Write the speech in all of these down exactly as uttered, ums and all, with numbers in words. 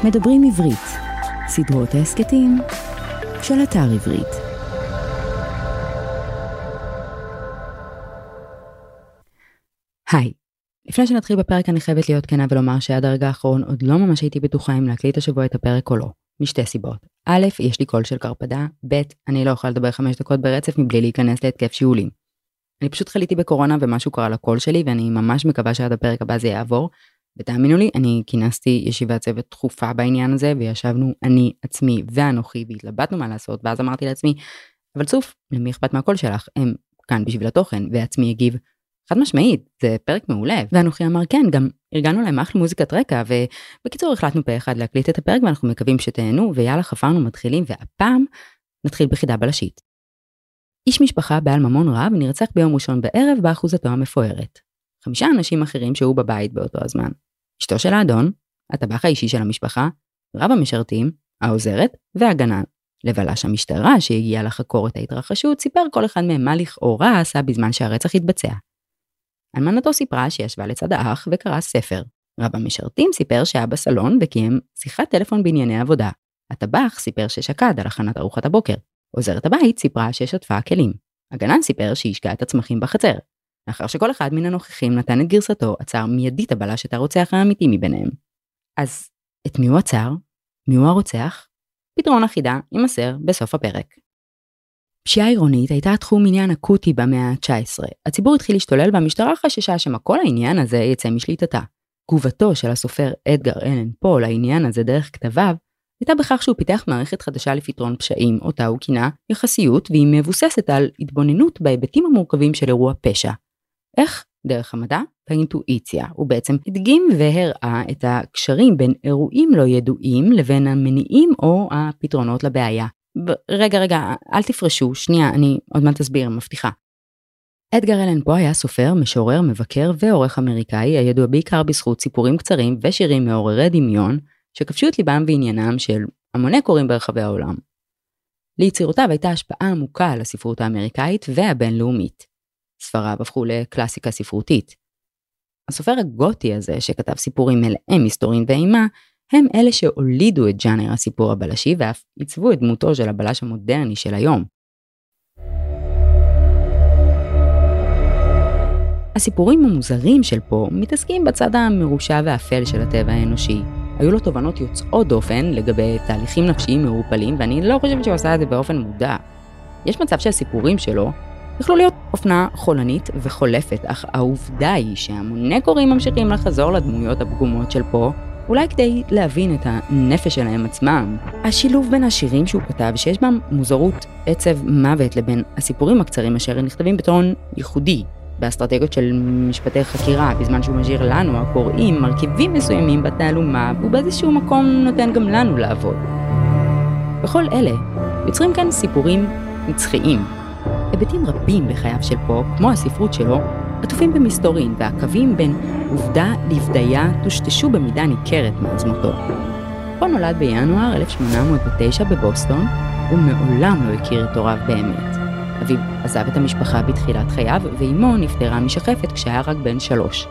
מדברים עברית, סדרות ההסקטים של אתר עברית. היי, לפני שנתחיל בפרק אני חייבת להיות כנה ולומר שעד הרגע האחרון עוד לא ממש הייתי בטוחה אם להקליט השבוע את הפרק או לא, משתי סיבות. א', יש לי קול של קרפדה, ב', אני לא יכולה לדבר חמש דקות ברצף מבלי להיכנס להתקף שיעולים. אני פשוט חליתי בקורונה ומשהו קרה לקול שלי ואני ממש מקווה שעד הפרק הבא זה יעבור. ותאמינו לי, אני כינסתי ישיבת צוות דחופה בעניין הזה, וישבנו אני, עצמי ואנוכי, והתלבטנו מה לעשות, ואז אמרתי לעצמי, אבל צוף, למי אכפת מהקול שלך? הם כאן בשביל התוכן, ועצמי הגיב, חד משמעית, זה פרק מעולה, ואנוכי אמר כן, גם ארגנו להם אחלה מוזיקת רקע, ובקיצור החלטנו פה אחד להקליט את הפרק, ואנחנו מקווים שתהנו, ויאללה חפרנו מתחילים, והפעם נתחיל בחידה בלשית. איש משפחה בעל ממון רב נרצח ביום ראשון בערב באחוזתו המפוארת. חמישה אנשים אחרים שהיו בבית באותו הזמן. אשתו של האדון, הטבח האישי של המשפחה, רב המשרתים, העוזרת והגנן. לבלש המשטרה שהגיע לחקור את ההתרחשות, סיפר כל אחד מהם מה לכאורה עשה בזמן שהרצח התבצע. אלמנתו סיפרה שישבה לצד האח וקרא ספר. רב המשרתים סיפר שהיה בסלון וקיים שיחת טלפון בענייני עבודה. הטבח סיפר ששקד על הכנת ארוחת הבוקר. עוזרת הבית סיפרה ששטפה כלים. הגנן סיפר שהשקע את הצמחים בחצר. לאחר שכל אחד מן הנוכחים נתן את גרסתו, עצר מיידית הבלש את הרוצח האמיתי מביניהם. אז את מי הוא עצר? מי הוא הרוצח? פתרון החידה יימסר בסוף הפרק. פשיעה עירונית הייתה תחום עניין אקוטי במאה ה-תשע עשרה. הציבור התחיל להשתולל והמשטרה חששה שמה כל העניין הזה יצא משליטתה. תגובתו של הסופר אדגר אלן פו לעניין הזה דרך כתביו, הייתה בכך שהוא פיתח מערכת חדשה לפתרון פשעים, אותה הוא כינה יחסיות, והיא מבוססת על התבוננות בהיבטים המורכבים של אירוע פשע. איך? דרך המדע והאינטואיציה. הוא בעצם הדגים והראה את הקשרים בין אירועים לא ידועים לבין המניעים או הפתרונות לבעיה. רגע, רגע, אל תפרשו, שנייה, אני עוד מעט תסביר, מבטיחה. אדגר אלן פו היה סופר, משורר, מבקר ועורך אמריקאי, הידוע בעיקר בזכות סיפורים קצרים ושירים מעוררי דמיון, שכבשו את ליבם ועניינם של המוני קוראים ברחבי העולם. ליצירותיו הייתה השפעה עמוקה על הספרות האמריקאית והבינלאומית. ספריו הפכו לקלאסיקה ספרותית. הסופר הגותי הזה שכתב סיפורים מלאי מסתורין ואימה, הם אלה שהולידו את ז'אנר הסיפור הבלשי ואף עיצבו את דמותו של הבלש המודרני של היום. הסיפורים המוזרים של פה מתעסקים בצד המרושע והאפל של הטבע האנושי. היו לו תובנות יוצאות דופן לגבי תהליכים נפשיים מעורפלים, ואני לא חושבת שהוא עשה את זה באופן מודע. יש מצב שהסיפורים שלו יכלו להיות אופנה חולנית וחולפת, אך העובדה היא שהמוני קוראים ממשיכים לחזור לדמויות הפגומות של פה, אולי כדי להבין את הנפש שלהם עצמם. השילוב בין השירים שהוא כתב, שיש בהם מוזרות, עצב, מוות, לבין הסיפורים הקצרים אשר נכתבים בטון ייחודי, באסטרטגיות של משפטי חקירה, בזמן שהוא משאיר לנו, הקוראים, מרכיבים מסוימים בתעלומה, ובאיזשהו מקום נותן גם לנו לעבוד. בכל אלה, יוצרים כאן סיפורים נצחיים. היבטים רבים בחייו של פה, כמו הספרות שלו, עטופים במסתורין, והקווים בין עובדה לבדיה טושטשו במידה ניכרת מעצמותו. פה נולד בינואר אלף שמונה מאות ותשע בבוסטון, ומעולם לא הכיר את הוריו באמת. אביו עזב את המשפחה בתחילת חייו, ואימו נפטרה משחפת כשהיה רק בן שלוש.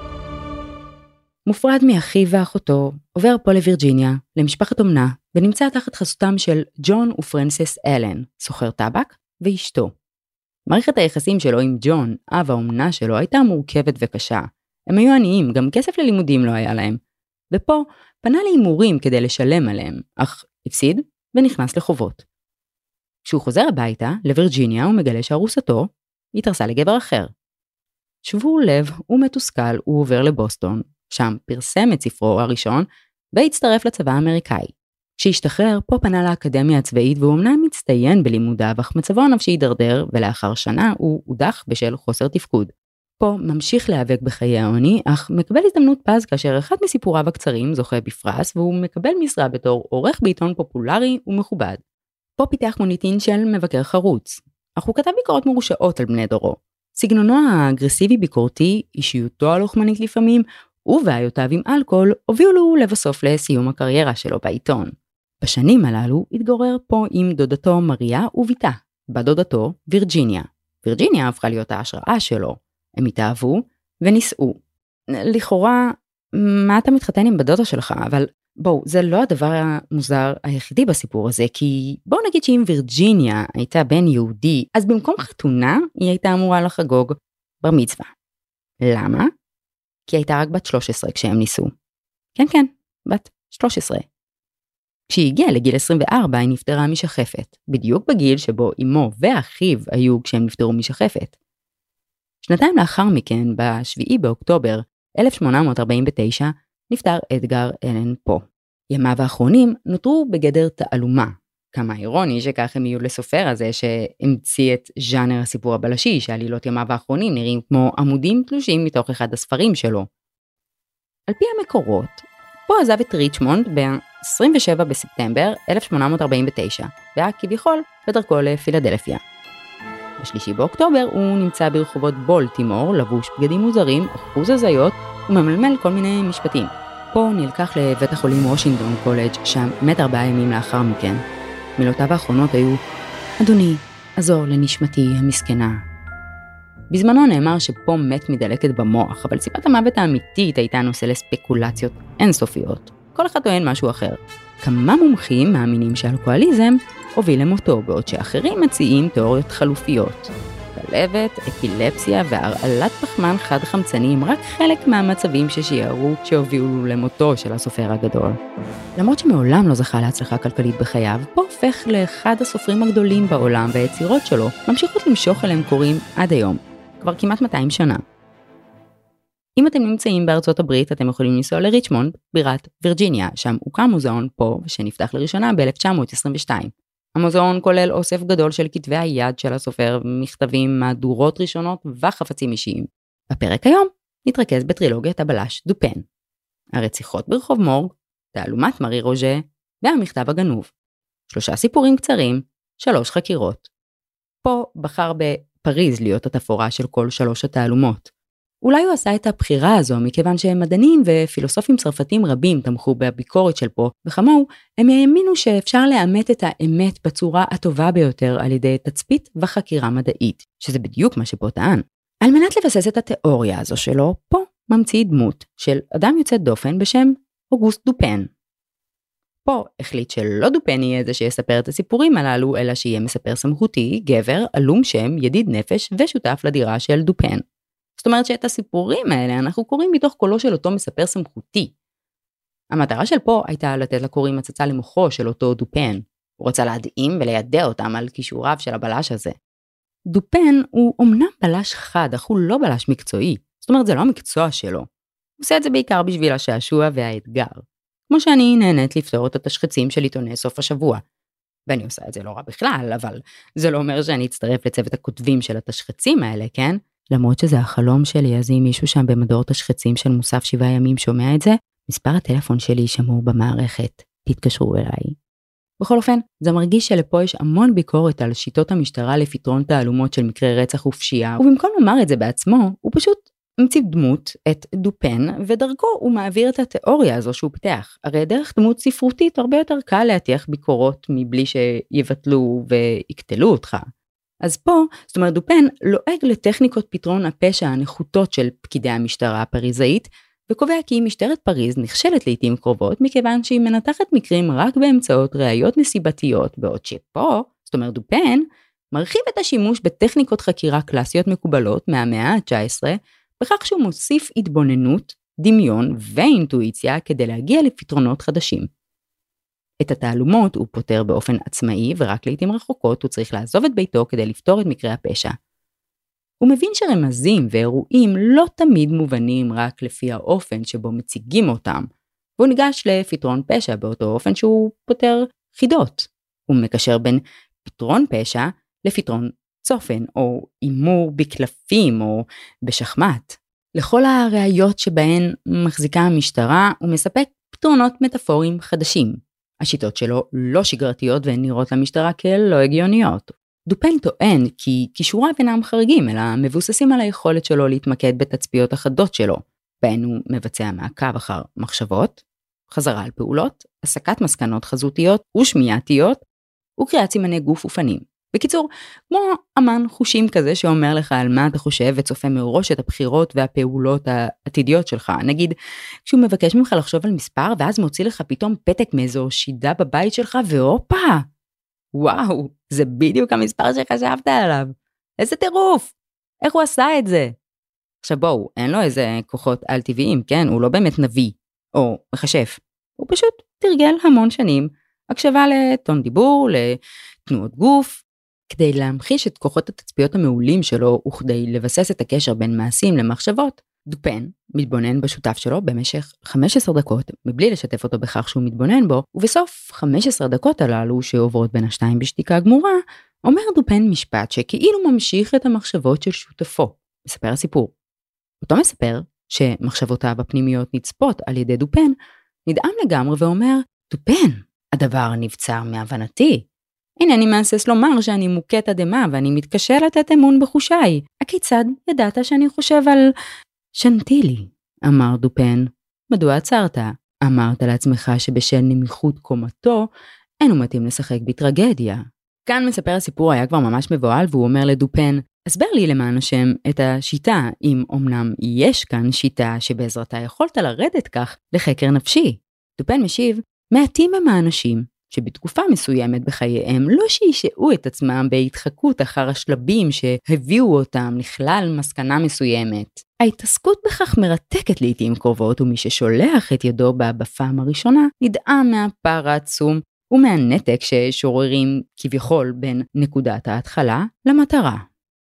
מופרד מאחיו ואחותו, עובר פה לווירג'יניה, למשפחת אומנה, ונמצא תחת חסותם של ג'ון ופרנסס אלן, סוחר טבק, ואשתו. מערכת היחסים שלו עם ג'ון, אב האומנה שלו, הייתה מורכבת וקשה. הם היו עניים, גם כסף ללימודים לא היה להם. ופה פנה להימורים כדי לשלם עליהם, אך הפסיד ונכנס לחובות. כשהוא חוזר הביתה, לווירג'יניה, הוא מגלה שארוסתו התארסה לגבר אחר. שבור לב ומתוסכל הוא עובר לבוסטון, שם פרסם את ספרו הראשון, והצטרף לצבא האמריקאי. כשהשתחרר, פה פנה לאקדמיה הצבאית, והוא אמנם מצטיין בלימודיו, אך מצבו הנפשי הידרדר, ולאחר שנה הוא הודח בשל חוסר תפקוד. פה ממשיך להיאבק בחיי העוני, אך מקבל הזדמנות פז כאשר אחד מסיפוריו הקצרים זוכה בפרס, והוא מקבל משרה בתור עורך בעיתון פופולרי ומכובד. פה פיתח מוניטין של מבקר חרוץ, אך הוא כתב ביקורות מרושעות על בני דורו. סגנונו האגרסיבי ביקורתי, אישיותו הלוחמנית לפעמים, ובעיותיו עם אלכוהול, הובילו לו לבסוף לסיום הקריירה שלו בעיתון. בשנים הללו התגורר פה עם דודתו מריה וביתה, בדודתו וירג'יניה. וירג'יניה הפכה להיות ההשראה שלו. הם התאהבו ונישאו. לכאורה, מה אתה מתחתן עם בדודה שלך? אבל בואו, זה לא הדבר המוזר היחידי בסיפור הזה, כי בואו נגיד שאם וירג'יניה הייתה בן יהודי, אז במקום חתונה היא הייתה אמורה לחגוג בר מצווה. למה? כי הייתה רק בת שלוש עשרה כשהם ניסו. כן, כן, בת שלוש עשרה. כשהיא הגיעה לגיל עשרים וארבע היא נפטרה משחפת, בדיוק בגיל שבו אמו ואחיו היו כשהם נפטרו משחפת. שנתיים לאחר מכן, בשביעי באוקטובר אלף שמונה מאות ארבעים ותשע, נפטר אדגר אלן פה. ימיו האחרונים נותרו בגדר תעלומה. כמה אירוני שכך הם יהיו לסופר הזה שהמציא את ז'אנר הסיפור הבלשי, שעלילות ימיו האחרונים נראים כמו עמודים תלושים מתוך אחד הספרים שלו. על פי המקורות, פה עזב את ריצ'מונד ב-עשרים ושבעה בספטמבר אלף שמונה מאות ארבעים ותשע, והיה כביכול בדרכו לפילדלפיה. בשלישי באוקטובר הוא נמצא ברחובות בולטימור, לבוש בגדים מוזרים, אחוז הזיות, וממלמל כל מיני משפטים. פה נלקח לבית החולים וושינגטון קולג', שם מת ארבעה ימים לאחר מכן. מילותיו האחרונות היו, אדוני, עזור לנשמתי המסכנה. בזמנו נאמר שפה מת מדלקת במוח, אבל סיבת המוות האמיתית הייתה נושא לספקולציות אינסופיות. כל אחד טוען משהו אחר. כמה מומחים מאמינים שאלכוהוליזם הוביל למותו, בעוד שאחרים מציעים תיאוריות חלופיות. כלבת, אפילפסיה והרעלת פחמן חד חמצני הם רק חלק מהמצבים ששיערו שהובילו למותו של הסופר הגדול. למרות שמעולם לא זכה להצלחה כלכלית בחייו, פה הופך לאחד הסופרים הגדולים בעולם, והיצירות שלו ממשיכות למשוך אליהם קוראים עד היום, כבר כמעט מאתיים שנה. אם אתם נמצאים בארצות הברית, אתם יכולים לנסוע לריצ'מונד, בירת וירג'יניה, שם הוקם מוזיאון פה, שנפתח לראשונה ב-אלף תשע מאות עשרים ושתיים. המוזיאון כולל אוסף גדול של כתבי היד של הסופר, מכתבים, מהדורות ראשונות וחפצים אישיים. בפרק היום נתרכז בטרילוגיית הבלש דופן. הרציחות ברחוב מורג, תעלומת מארי רוז'ה והמכתב הגנוב. שלושה סיפורים קצרים, שלוש חקירות. פה בחר בפריז להיות התפאורה של כל שלוש התעלומות. אולי הוא עשה את הבחירה הזו מכיוון שהם מדענים ופילוסופים צרפתים רבים תמכו בביקורת של פה, וכמוהו הם האמינו שאפשר לאמת את האמת בצורה הטובה ביותר על ידי תצפית וחקירה מדעית, שזה בדיוק מה שפה טען. על מנת לבסס את התיאוריה הזו שלו, פה ממציא דמות של אדם יוצא דופן בשם אוגוסט דופן. פה החליט שלא דופן יהיה זה שיספר את הסיפורים הללו, אלא שיהיה מספר סמכותי, גבר, עלום שם, ידיד נפש ושותף לדירה של דופן. זאת אומרת שאת הסיפורים האלה אנחנו קוראים מתוך קולו של אותו מספר סמכותי. המטרה של פה הייתה לתת לקוראים הצצה למוחו של אותו דופן. הוא רצה להדעים ולידע אותם על כישוריו של הבלש הזה. דופן הוא אומנם בלש חד, אך הוא לא בלש מקצועי. זאת אומרת זה לא המקצוע שלו. הוא עושה את זה בעיקר בשביל השעשוע והאתגר. כמו שאני נהנית לפתור את התשחצים של עיתוני סוף השבוע. ואני עושה את זה לא רע בכלל, אבל זה לא אומר שאני אצטרף לצוות הכותבים של התשחצים האלה, כן? למרות שזה החלום שלי, אז אם מישהו שם במדור תשחצים של מוסף שבעה ימים שומע את זה, מספר הטלפון שלי שמור במערכת, תתקשרו אליי. בכל אופן, זה מרגיש שלפה יש המון ביקורת על שיטות המשטרה לפתרון תעלומות של מקרי רצח ופשיעה, ובמקום לומר את זה בעצמו, הוא פשוט מציב דמות, את דופן, ודרכו הוא מעביר את התיאוריה הזו שהוא פתח. הרי דרך דמות ספרותית הרבה יותר קל להטיח ביקורות מבלי שיבטלו ויקטלו אותך. אז פה, זאת אומרת, דופן לועג לטכניקות פתרון הפשע הנחותות של פקידי המשטרה הפריזאית, וקובע כי משטרת פריז נכשלת לעתים קרובות, מכיוון שהיא מנתחת מקרים רק באמצעות ראיות נסיבתיות, בעוד שפה, זאת אומרת, דופן, מרחיב את השימוש בטכניקות חקירה קלאסיות מקובלות מהמאה ה-תשע עשרה, בכך שהוא מוסיף התבוננות, דמיון ואינטואיציה כדי להגיע לפתרונות חדשים. את התעלומות הוא פותר באופן עצמאי, ורק לעתים רחוקות הוא צריך לעזוב את ביתו כדי לפתור את מקרי הפשע. הוא מבין שרמזים ואירועים לא תמיד מובנים רק לפי האופן שבו מציגים אותם, והוא ניגש לפתרון פשע באותו אופן שהוא פותר חידות. הוא מקשר בין פתרון פשע לפתרון צופן, או אימור בקלפים, או בשחמט. לכל הראיות שבהן מחזיקה המשטרה, הוא מספק פתרונות מטאפוריים חדשים. השיטות שלו לא שגרתיות והן נראות למשטרה כלא הגיוניות. דופן טוען כי כישוריו אינם חריגים, אלא מבוססים על היכולת שלו להתמקד בתצפיות החדות שלו, בהן הוא מבצע מעקב אחר מחשבות, חזרה על פעולות, הסקת מסקנות חזותיות ושמיעתיות, וקריאת סימני גוף ופנים. בקיצור, כמו אמן חושים כזה שאומר לך על מה אתה חושב וצופה מראש את הבחירות והפעולות העתידיות שלך. נגיד, כשהוא מבקש ממך לחשוב על מספר ואז מוציא לך פתאום פתק מאיזו שידה בבית שלך והופה, וואו, זה בדיוק המספר שחשבת עליו. איזה טירוף, איך הוא עשה את זה? עכשיו בואו, אין לו איזה כוחות על טבעיים, כן? הוא לא באמת נביא או מחשף. הוא פשוט תרגל המון שנים, הקשבה לטון דיבור, לתנועות גוף, כדי להמחיש את כוחות התצפיות המעולים שלו וכדי לבסס את הקשר בין מעשים למחשבות. דופן מתבונן בשותף שלו במשך חמש עשרה דקות, מבלי לשתף אותו בכך שהוא מתבונן בו, ובסוף חמש עשרה דקות הללו שעוברות בין השתיים בשתיקה גמורה, אומר דופן משפט שכאילו ממשיך את המחשבות של שותפו. מספר הסיפור. אותו מספר שמחשבותיו הפנימיות נצפות על ידי דופן, נדהם לגמרי ואומר, דופן, הדבר נבצר מהבנתי. הנה אני מהסס לומר שאני מוכה תדהמה ואני מתקשה לתת אמון בחושיי. הכיצד ידעת שאני חושב על... שנטילי, אמר דופן. מדוע עצרת? אמרת לעצמך שבשל נמיכות קומתו, אינו מתאים לשחק בטרגדיה. כאן מספר הסיפור היה כבר ממש מבועל והוא אומר לדופן, הסבר לי למען השם את השיטה, אם אמנם יש כאן שיטה שבעזרתה יכולת לרדת כך לחקר נפשי. דופן משיב, מעטים הם האנשים שבתקופה מסוימת בחייהם לא שישאו את עצמם בהתחקות אחר השלבים שהביאו אותם לכלל מסקנה מסוימת. ההתעסקות בכך מרתקת לעתים קרובות, ומי ששולח את ידו בה בפעם הראשונה נדעה מהפער העצום ומהנתק ששוררים כביכול בין נקודת ההתחלה למטרה.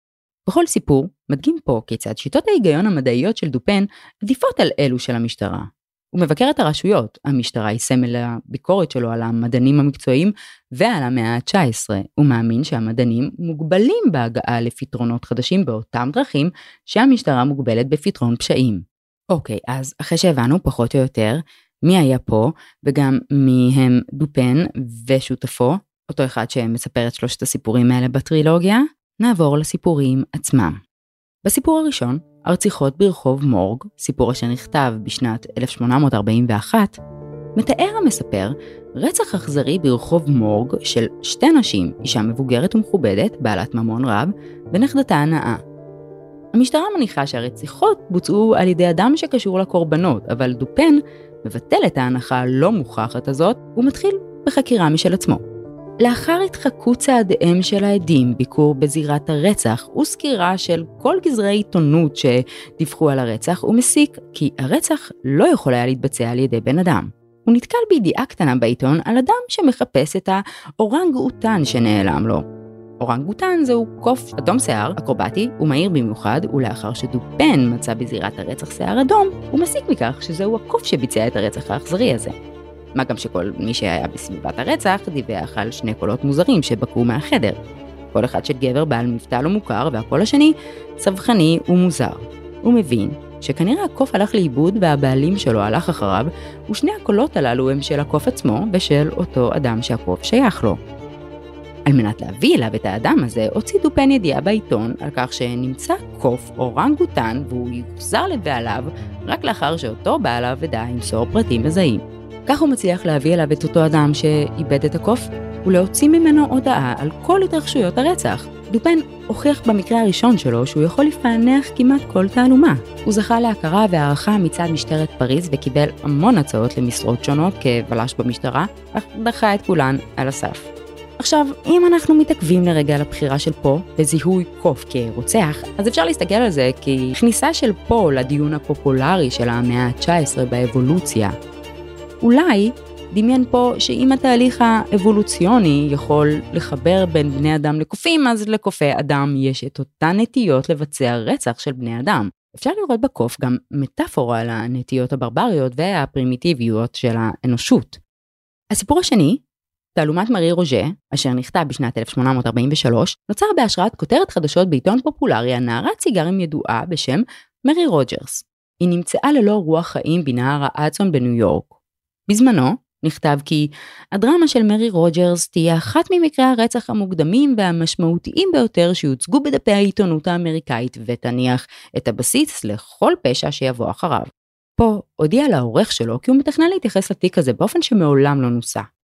בכל סיפור מדגים פה כיצד שיטות ההיגיון המדעיות של דופן עדיפות על אלו של המשטרה. הוא מבקר את הרשויות, המשטרה היא סמל הביקורת שלו על המדענים המקצועיים ועל המאה ה-תשע עשרה. הוא מאמין שהמדענים מוגבלים בהגעה לפתרונות חדשים באותם דרכים שהמשטרה מוגבלת בפתרון פשעים. אוקיי, אז אחרי שהבנו פחות או יותר מי היה פה וגם מי הם דופן ושותפו, אותו אחד שמספר את שלושת הסיפורים האלה בטרילוגיה, נעבור לסיפורים עצמם. בסיפור הראשון, הרציחות ברחוב מורג, סיפור אשר נכתב בשנת אלף שמונה מאות ארבעים ואחת, מתאר המספר רצח אכזרי ברחוב מורג של שתי נשים, אישה מבוגרת ומכובדת, בעלת ממון רב, ונכדתה הנאה. המשטרה מניחה שהרציחות בוצעו על ידי אדם שקשור לקורבנות, אבל דופן מבטל את ההנחה הלא מוכחת הזאת, ומתחיל בחקירה משל עצמו. לאחר התחקות צעדיהם של העדים, ביקור בזירת הרצח וסקירה של כל גזרי עיתונות שדיווחו על הרצח, הוא מסיק כי הרצח לא יכול היה להתבצע על ידי בן אדם. הוא נתקל בידיעה קטנה בעיתון על אדם שמחפש את האורנגוטן שנעלם לו. אורנגוטן זהו קוף אדום שיער, אקרובטי ומהיר במיוחד, ולאחר שדופן מצא בזירת הרצח שיער אדום, הוא מסיק מכך שזהו הקוף שביצע את הרצח האכזרי הזה. מה גם שכל מי שהיה בסביבת הרצח דיווח על שני קולות מוזרים שבקעו מהחדר. כל אחד של גבר בעל מבטא לא מוכר והקול השני סבכני ומוזר. הוא מבין שכנראה הקוף הלך לאיבוד והבעלים שלו הלך אחריו, ושני הקולות הללו הם של הקוף עצמו ושל אותו אדם שהקוף שייך לו. על מנת להביא אליו את האדם הזה, הוציא דופן ידיעה בעיתון על כך שנמצא קוף אורנגוטן והוא יוחזר לבעליו רק לאחר שאותו בעליו ידע ימסור פרטים מזהים. כך הוא מצליח להביא אליו את אותו אדם שאיבד את הקוף, ולהוציא ממנו הודעה על כל התרחשויות הרצח. דופן הוכיח במקרה הראשון שלו שהוא יכול לפענח כמעט כל תעלומה. הוא זכה להכרה והערכה מצד משטרת פריז וקיבל המון הצעות למשרות שונות כבלש במשטרה, אך דחה את כולן על הסף. עכשיו, אם אנחנו מתעכבים לרגע על הבחירה של פה לזיהוי קוף כרוצח, אז אפשר להסתכל על זה ככניסה של פה לדיון הפופולרי של המאה ה-תשע עשרה באבולוציה. אולי דמיין פה שאם התהליך האבולוציוני יכול לחבר בין בני אדם לקופים, אז לקופי אדם יש את אותן נטיות לבצע רצח של בני אדם. אפשר לראות בקוף גם מטאפורה על הנטיות הברבריות והפרימיטיביות של האנושות. הסיפור השני, תעלומת מארי רוז'ה, אשר נכתב בשנת אלף שמונה מאות ארבעים ושלוש, נוצר בהשראת כותרת חדשות בעיתון פופולרי על נערת סיגרים ידועה בשם מארי רוג'רס. היא נמצאה ללא רוח חיים בנהר האדסון בניו יורק. בזמנו נכתב כי הדרמה של מארי רוג'רס תהיה אחת ממקרי הרצח המוקדמים והמשמעותיים ביותר שיוצגו בדפי העיתונות האמריקאית ותניח את הבסיס לכל פשע שיבוא אחריו. פה הודיע לעורך שלו כי הוא מתכנן להתייחס לתיק הזה באופן שמעולם לא נוסה.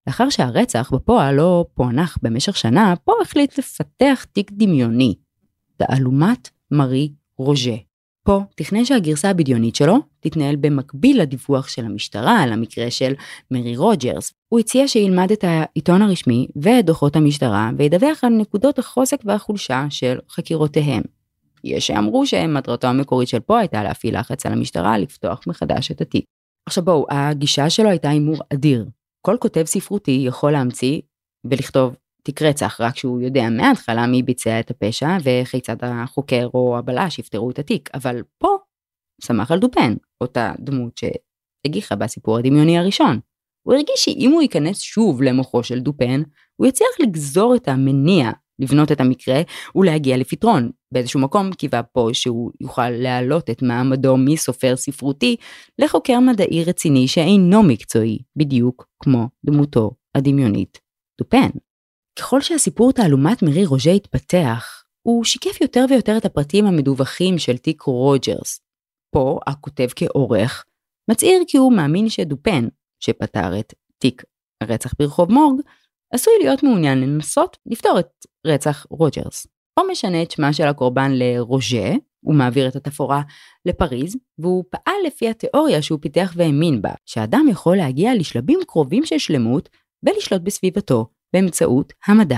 לאחר שהרצח בפועל לא פוענח במשך שנה, פו החליט לפתח תיק דמיוני, תעלומת מארי רוז'ה. פה תכנן שהגרסה הבדיונית שלו תתנהל במקביל לדיווח של המשטרה על המקרה של מארי רוג'רס. הוא הציע שילמד את העיתון הרשמי ואת דוחות המשטרה וידווח על נקודות החוזק והחולשה של חקירותיהם. יש שאמרו שמטרתו המקורית של פה הייתה להפעיל לחץ על המשטרה לפתוח מחדש את התיק. עכשיו בואו, הגישה שלו הייתה הימור אדיר. כל כותב ספרותי יכול להמציא ולכתוב תיק רצח, רק שהוא יודע מההתחלה מי ביצע את הפשע וכיצד החוקר או הבלש יפתרו את התיק, אבל פה שמח על דופן, אותה דמות שהגיחה בסיפור הדמיוני הראשון. הוא הרגיש שאם הוא ייכנס שוב למוחו של דופן, הוא יצליח לגזור את המניע, לבנות את המקרה ולהגיע לפתרון. באיזשהו מקום קיווה פה שהוא יוכל להעלות את מעמדו מסופר ספרותי לחוקר מדעי רציני שאינו מקצועי, בדיוק כמו דמותו הדמיונית דופן. ככל שהסיפור תעלומת מארי רוז'ה התפתח, הוא שיקף יותר ויותר את הפרטים המדווחים של תיק רוג'רס. פה הכותב כעורך מצעיר כי הוא מאמין שדופן, שפתר את תיק הרצח ברחוב מורג, עשוי להיות מעוניין לנסות לפתור את רצח רוג'רס. פה משנה את שמה של הקורבן לרוז'ה, הוא מעביר את התפאורה לפריז, והוא פעל לפי התיאוריה שהוא פיתח והאמין בה, שהאדם יכול להגיע לשלבים קרובים של שלמות ולשלוט בסביבתו באמצעות המדע.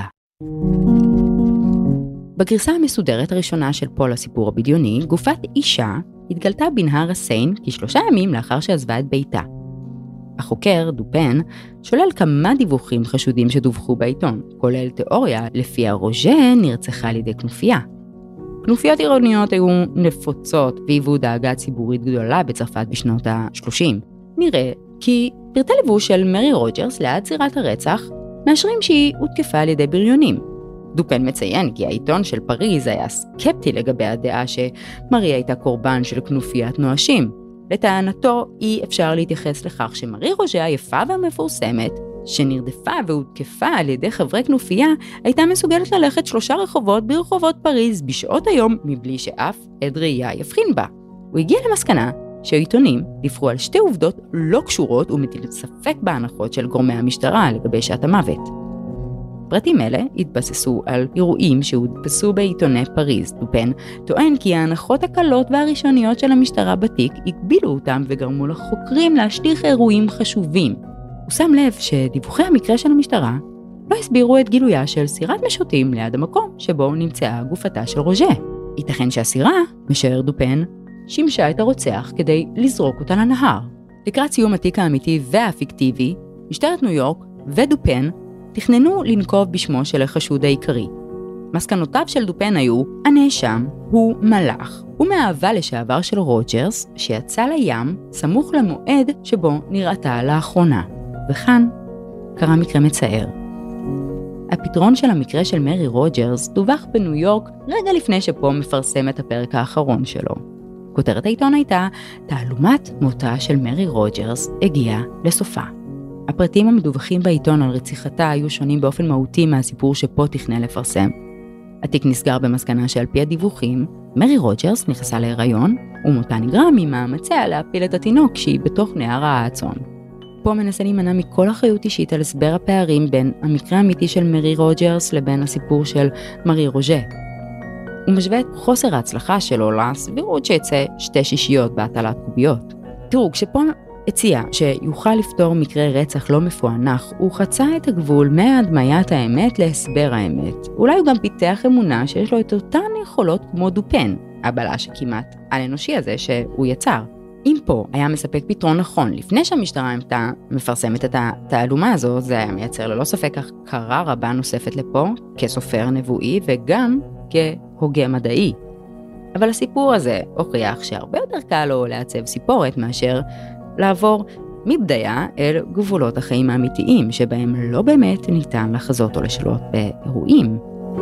בגרסה המסודרת הראשונה של פול הסיפור הבדיוני, גופת אישה התגלתה בנהר הסיין כשלושה ימים לאחר שעזבה את ביתה. החוקר, דופן, שולל כמה דיווחים חשודים שדווחו בעיתון, כולל תיאוריה לפיה רוז'ה נרצחה על ידי כנופיה. כנופיות עירוניות היו נפוצות והיוו דאגה ציבורית גדולה בצרפת בשנות ה-שלושים. נראה כי פרטי לבוש של מארי רוג'רס ליד זירת הרצח מאשרים שהיא הותקפה על ידי בריונים. דופן מציין כי העיתון של פריז היה סקפטי לגבי הדעה שמארי הייתה קורבן של כנופיית נואשים. לטענתו אי אפשר להתייחס לכך שמארי רוז'ה היפה והמפורסמת, שנרדפה והותקפה על ידי חברי כנופיה, הייתה מסוגלת ללכת שלושה רחובות ברחובות פריז בשעות היום מבלי שאף עד ראייה יבחין בה. הוא הגיע למסקנה שהעיתונים דיווחו על שתי עובדות לא קשורות ומטיל ספק בהנחות של גורמי המשטרה לגבי שעת המוות. פרטים אלה התבססו על אירועים שהודפסו בעיתוני פריז. דופן טוען כי ההנחות הקלות והראשוניות של המשטרה בתיק הגבילו אותם וגרמו לחוקרים להשליך אירועים חשובים. הוא שם לב שדיווחי המקרה של המשטרה לא הסבירו את גילויה של סירת משוטים ליד המקום שבו נמצאה גופתה של רוז'ה. ייתכן שהסירה, משער דופן, שימשה את הרוצח כדי לזרוק אותה לנהר. לקראת סיום התיק האמיתי והפיקטיבי, משטרת ניו יורק ודופן תכננו לנקוב בשמו של החשוד העיקרי. מסקנותיו של דופן היו, הנאשם הוא מלאך, ומאהבה לשעבר של רוג'רס שיצא לים סמוך למועד שבו נראתה לאחרונה. וכאן קרה מקרה מצער. הפתרון של המקרה של מארי רוג'רס דווח בניו יורק רגע לפני שפה מפרסם את הפרק האחרון שלו. כותרת העיתון הייתה, תעלומת מותה של מארי רוג'רס הגיעה לסופה. הפרטים המדווחים בעיתון על רציחתה היו שונים באופן מהותי מהסיפור שפה תכנן לפרסם. התיק נסגר במסקנה שעל פי הדיווחים, מארי רוג'רס נכנסה להיריון, ומותה נגרם ממאמציה להפיל את התינוק כשהיא בתוך נהר האצון. פה מנסה להימנע מכל אחריות אישית על הסבר הפערים בין המקרה האמיתי של מארי רוג'רס לבין הסיפור של מארי רוז'ה. הוא משווה את חוסר ההצלחה שלו לסבירות שיצא שתי שישיות בהטלת קוביות. תראו, כשפה הציע שיוכל לפתור מקרה רצח לא מפוענח, הוא חצה את הגבול מהדמיית האמת להסבר האמת. אולי הוא גם פיתח אמונה שיש לו את אותן יכולות כמו דופן, הבלש הכמעט על אנושי הזה שהוא יצר. אם פה היה מספק פתרון נכון, לפני שהמשטרה הייתה מפרסמת את התעלומה הזו, זה היה מייצר ללא ספק הכרה רבה נוספת לפה, כסופר נבואי וגם כהוגה מדעי. אבל הסיפור הזה הוכיח שהרבה יותר קל לו לעצב סיפורת מאשר לעבור מבדיה אל גבולות החיים האמיתיים, שבהם לא באמת ניתן לחזות או לשלוט באירועים.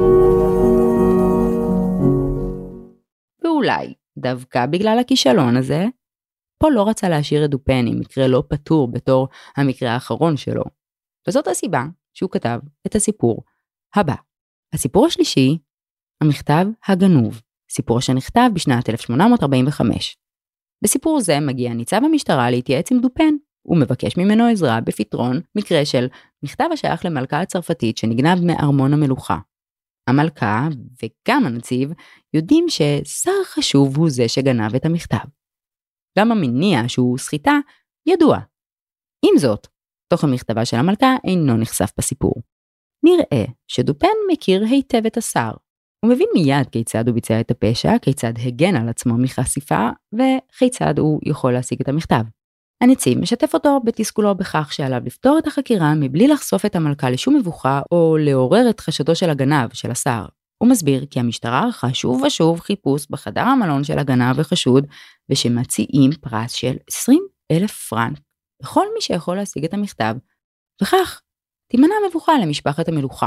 ואולי, דווקא בגלל הכישלון הזה, פה לא רצה להשאיר את דופן עם מקרה לא פתור בתור המקרה האחרון שלו. וזאת הסיבה שהוא כתב את הסיפור הבא. הסיפור השלישי, המכתב הגנוב, סיפור שנכתב בשנת אלף שמונה מאות ארבעים וחמש. בסיפור זה מגיע ניצב המשטרה להתייעץ עם דופן, הוא מבקש ממנו עזרה בפתרון מקרה של מכתב השייך למלכה הצרפתית שנגנב מארמון המלוכה. המלכה וגם הנציב יודעים ששר חשוב הוא זה שגנב את המכתב. גם המניע שהוא סחיטה ידוע. עם זאת, תוך המכתבה של המלכה אינו נחשף בסיפור. נראה שדופן מכיר היטב את השר. הוא מבין מיד כיצד הוא ביצע את הפשע, כיצד הגן על עצמו מחשיפה, וכיצד הוא יכול להשיג את המכתב. הנציב משתף אותו בתסכולו בכך שעליו לפתור את החקירה מבלי לחשוף את המלכה לשום מבוכה או לעורר את חשדו של הגנב של השר. הוא מסביר כי המשטרה ערכה שוב ושוב חיפוש בחדר המלון של הגנב וחשוד, ושמציעים פרס של עשרים אלף פרנק לכל מי שיכול להשיג את המכתב, וכך תימנע מבוכה למשפחת המלוכה.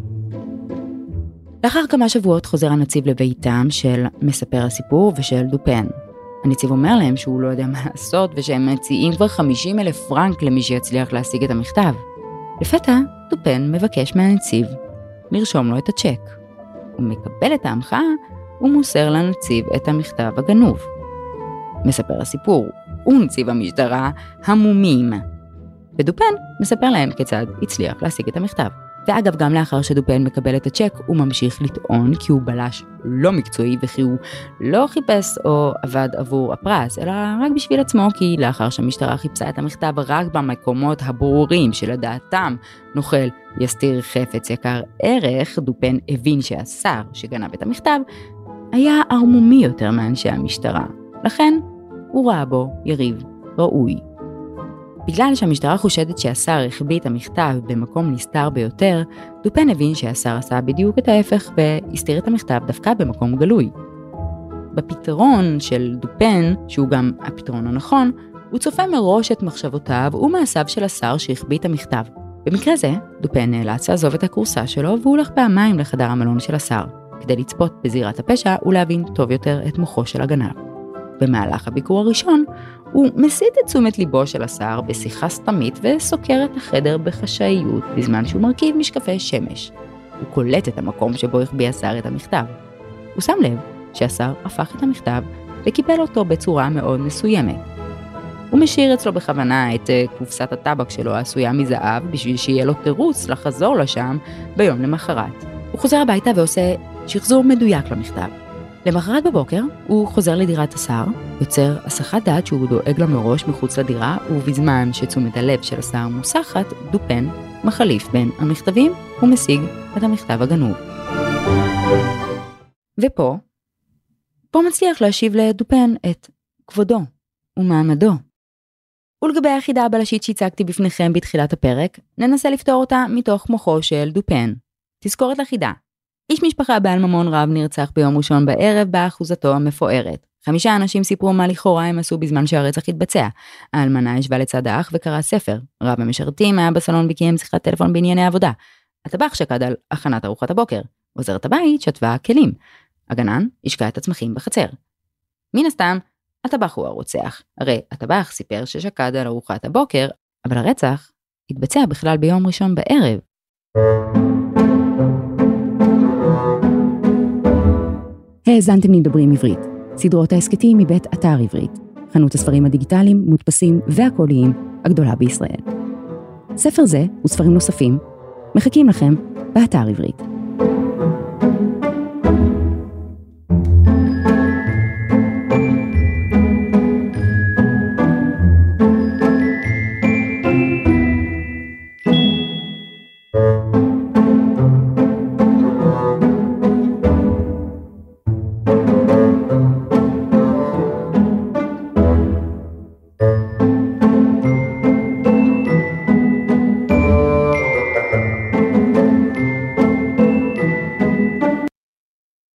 לאחר כמה שבועות חוזר הנציב לביתם של מספר הסיפור ושל דופן. הנציב אומר להם שהוא לא יודע מה לעשות ושהם מציעים כבר חמישים אלף פרנק למי שיצליח להשיג את המכתב. לפתע דופן מבקש מהנציב לרשום לו את הצ'ק. הוא מקבל את ההמחאה ומוסר לנציב את המכתב הגנוב. מספר הסיפור ונציב המשטרה המומים. ודופן מספר להם כיצד הצליח להשיג את המכתב. ואגב, גם לאחר שדופן מקבל את הצ'ק, הוא ממשיך לטעון כי הוא בלש לא מקצועי וכי הוא לא חיפש או עבד עבור הפרס, אלא רק בשביל עצמו, כי לאחר שהמשטרה חיפשה את המכתב רק במקומות הברורים שלדעתם נוכל יסתיר חפץ יקר ערך, דופן הבין שהשר שגנב את המכתב היה ערמומי יותר מאנשי המשטרה. לכן הוא ראה בו יריב ראוי. בגלל שהמשטרה חושדת שהשר החביא את המכתב במקום נסתר ביותר, דופן הבין שהשר עשה בדיוק את ההפך והסתיר את המכתב דווקא במקום גלוי. בפתרון של דופן, שהוא גם הפתרון הנכון, הוא צופה מראש את מחשבותיו ומעשיו של השר שהחביא את המכתב. במקרה זה, דופן נאלץ לעזוב את הקורסה שלו והוא הולך פעמיים לחדר המלון של השר, כדי לצפות בזירת הפשע ולהבין טוב יותר את מוחו של הגנב. במהלך הביקור הראשון, הוא מסיט את תשומת ליבו של השר בשיחה סתמית וסוקר את החדר בחשאיות בזמן שהוא מרכיב משקפי שמש. הוא קולט את המקום שבו החביא השר את המכתב. הוא שם לב שהשר הפך את המכתב וקיבל אותו בצורה מאוד מסוימת. הוא משאיר אצלו בכוונה את קופסת הטבק שלו העשויה מזהב בשביל שיהיה לו תירוץ לחזור לשם ביום למחרת. הוא חוזר הביתה ועושה שחזור מדויק למכתב. למחרת בבוקר הוא חוזר לדירת השר, יוצר הסחת דעת שהוא דואג לה מראש מחוץ לדירה, ובזמן שתשומת הלב של השר מוסחת, דופן מחליף בין המכתבים ומשיג את המכתב הגנוב. ופה, פה מצליח להשיב לדופן את כבודו ומעמדו. ולגבי היחידה הבלשית שהצגתי בפניכם בתחילת הפרק, ננסה לפתור אותה מתוך מוחו של דופן. תזכורת לחידה. איש משפחה בעל ממון רב נרצח ביום ראשון בערב באחוזתו המפוארת. חמישה אנשים סיפרו מה לכאורה הם עשו בזמן שהרצח התבצע. האלמנה ישבה לצד האח וקרא ספר. רב המשרתים היה בסלון וקיים שיחת טלפון בענייני עבודה. הטבח שקד על הכנת ארוחת הבוקר. עוזרת הבית שטבה כלים. הגנן השקע את הצמחים בחצר. מן הסתם, הטבח הוא הרוצח. הרי הטבח סיפר ששקד על ארוחת הבוקר, אבל הרצח התבצע בכלל ביום ראשון בערב. האזנתם לדברים עברית, סדרות העסקתים מבית אתר עברית, חנות הספרים הדיגיטליים, מודפסים והקוליים הגדולה בישראל. ספר זה וספרים נוספים מחכים לכם באתר עברית.